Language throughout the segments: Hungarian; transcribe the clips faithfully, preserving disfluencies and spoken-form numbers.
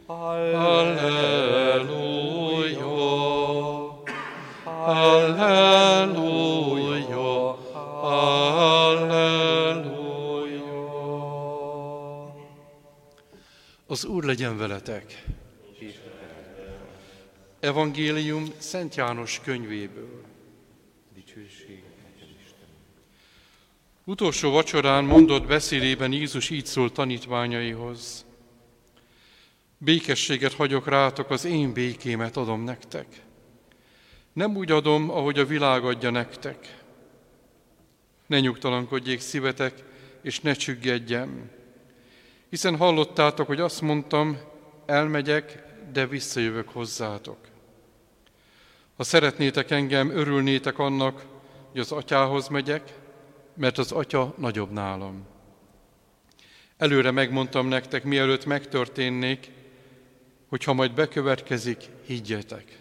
Halleluja! Halleluja! Halleluja! Az Úr legyen veletek! Evangélium Szent János könyvéből. Utolsó vacsorán mondott beszédében Jézus így szólt tanítványaihoz: békességet hagyok rátok, az én békémet adom nektek. Nem úgy adom, ahogy a világ adja nektek. Ne nyugtalankodjék szívetek, és ne csüggedjem. Hiszen hallottátok, hogy azt mondtam, elmegyek, de visszajövök hozzátok. Ha szeretnétek engem, örülnétek annak, hogy az Atyához megyek, mert az Atya nagyobb nálam. Előre megmondtam nektek, mielőtt megtörténnék, hogy ha majd bekövetkezik, higgyetek.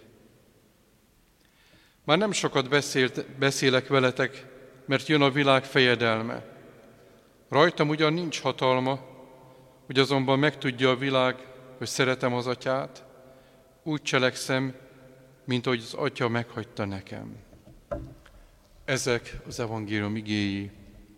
Már nem sokat beszélt, beszélek veletek, mert jön a világ fejedelme. Rajtam ugyan nincs hatalma, hogy azonban megtudja a világ, hogy szeretem az Atyát, úgy cselekszem, mint ahogy az Atya meghagyta nekem. Ezek az evangélium igéi.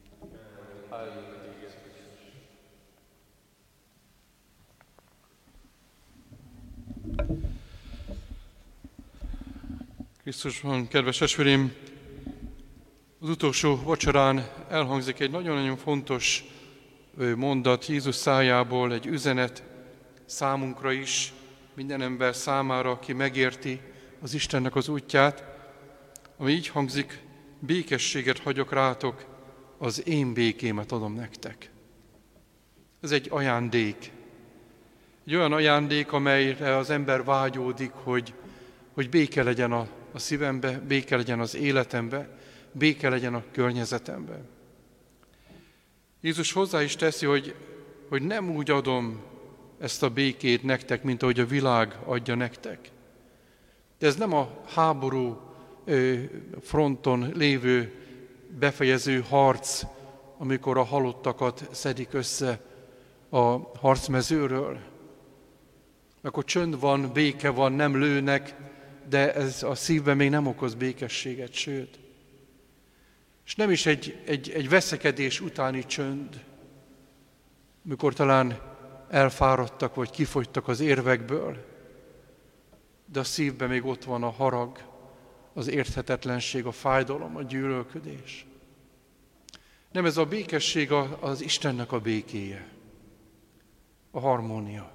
Krisztusban, kedves testvéreim, az utolsó vacsorán elhangzik egy nagyon-nagyon fontos mondat Jézus szájából, egy üzenet számunkra is, minden ember számára, aki megérti az Istennek az útját, ami így hangzik: békességet hagyok rátok, az én békémet adom nektek. Ez egy ajándék. Egy olyan ajándék, amelyre az ember vágyódik, hogy, hogy béke legyen a, a szívembe, béke legyen az életembe, béke legyen a környezetembe. Jézus hozzá is teszi, hogy, hogy nem úgy adom ezt a békét nektek, mint ahogy a világ adja nektek. De ez nem a háború fronton lévő befejező harc, amikor a halottakat szedik össze a harcmezőről. Akkor csönd van, béke van, nem lőnek, de ez a szívben még nem okoz békességet, sőt. És nem is egy, egy, egy veszekedés utáni csönd, mikor talán elfáradtak, vagy kifogytak az érvekből, de a szívben még ott van a harag, az érthetetlenség, a fájdalom, a gyűlölködés. Nem, ez a békesség az Istennek a békéje, a harmónia.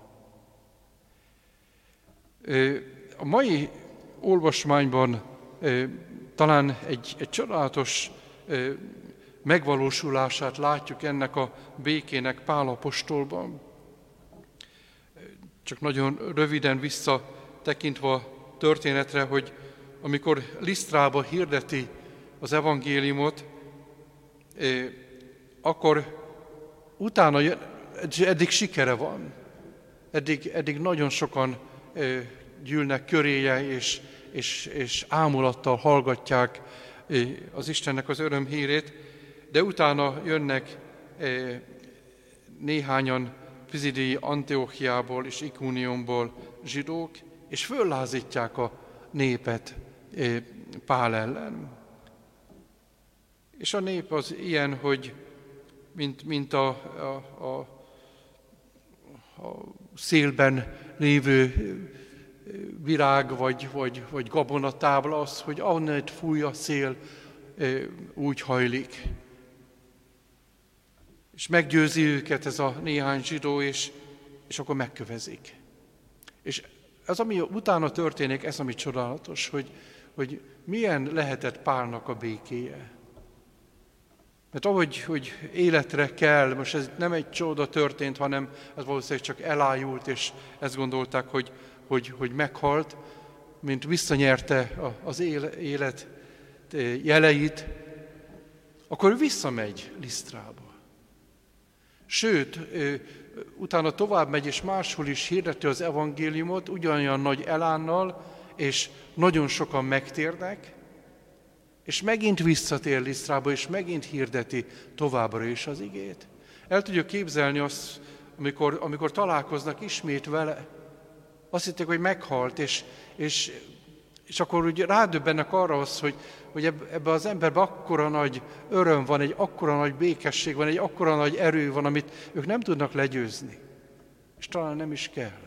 A mai olvasmányban talán egy, egy csodálatos megvalósulását látjuk ennek a békének Pál apostolban. Csak nagyon röviden visszatekintve a történetre, hogy amikor Lisztrába hirdeti az evangéliumot, akkor utána eddig sikere van. Eddig, eddig nagyon sokan gyűlnek köréje, és, és, és ámulattal hallgatják az Istennek az örömhírét, de utána jönnek néhányan Pizidii Antiochiából és Ikoniumból zsidók, és föllázítják a népet Pál ellen. És a nép az ilyen, hogy mint, mint a, a, a, a szélben lévő virág vagy, vagy, vagy gabonatábla, az, hogy ahonnan fúj a szél, úgy hajlik. És meggyőzi őket ez a néhány zsidó, és, és akkor megkövezik. És az, ami utána történik, ez ami csodálatos, hogy, hogy milyen lehetett Pálnak a békéje. Mert ahogy hogy életre kell, most ez nem egy csoda történt, hanem ez valószínűleg csak elájult, és ezt gondolták, hogy, hogy, hogy meghalt, mint visszanyerte az élet jeleit, akkor visszamegy Lisztrába. Sőt, utána tovább megy, és máshol is hirdeti az evangéliumot, ugyanolyan nagy elánnal, és nagyon sokan megtérnek, és megint visszatér Lisztrába, és megint hirdeti továbbra is az igét. El tudjuk képzelni azt, amikor, amikor találkoznak ismét vele, Azt hitték, hogy meghalt, és, és, és akkor úgy rádöbbennek arra az, hogy, hogy ebbe az emberben akkora nagy öröm van, egy akkora nagy békesség van, egy akkora nagy erő van, amit ők nem tudnak legyőzni. És talán nem is kell.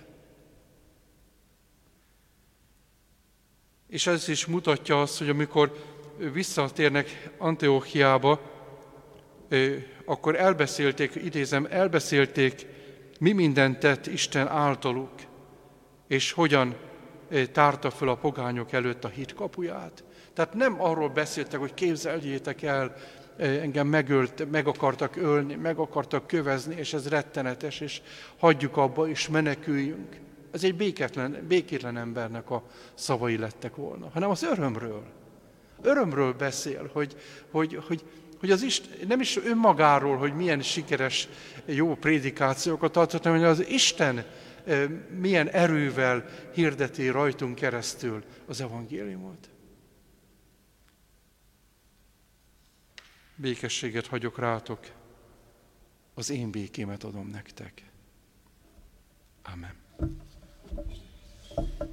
És ez is mutatja azt, hogy amikor visszatérnek Antiochiába, akkor elbeszélték, idézem, elbeszélték, mi mindent tett Isten általuk, és hogyan tárta föl a pogányok előtt a hit kapuját. Tehát nem arról beszéltek, hogy képzeljétek el, engem megölt, meg akartak ölni, meg akartak kövezni, és ez rettenetes, és hagyjuk abba, és meneküljünk. Ez egy béketlen, békétlen embernek a szavai lettek volna, hanem az örömről. Örömről beszél, hogy, hogy, hogy, hogy az Isten, nem is önmagáról, hogy milyen sikeres, jó prédikációkat tartott, hanem hogy az Isten milyen erővel hirdeti rajtunk keresztül az evangéliumot. Békességet hagyok rátok, az én békémet adom nektek. Amen.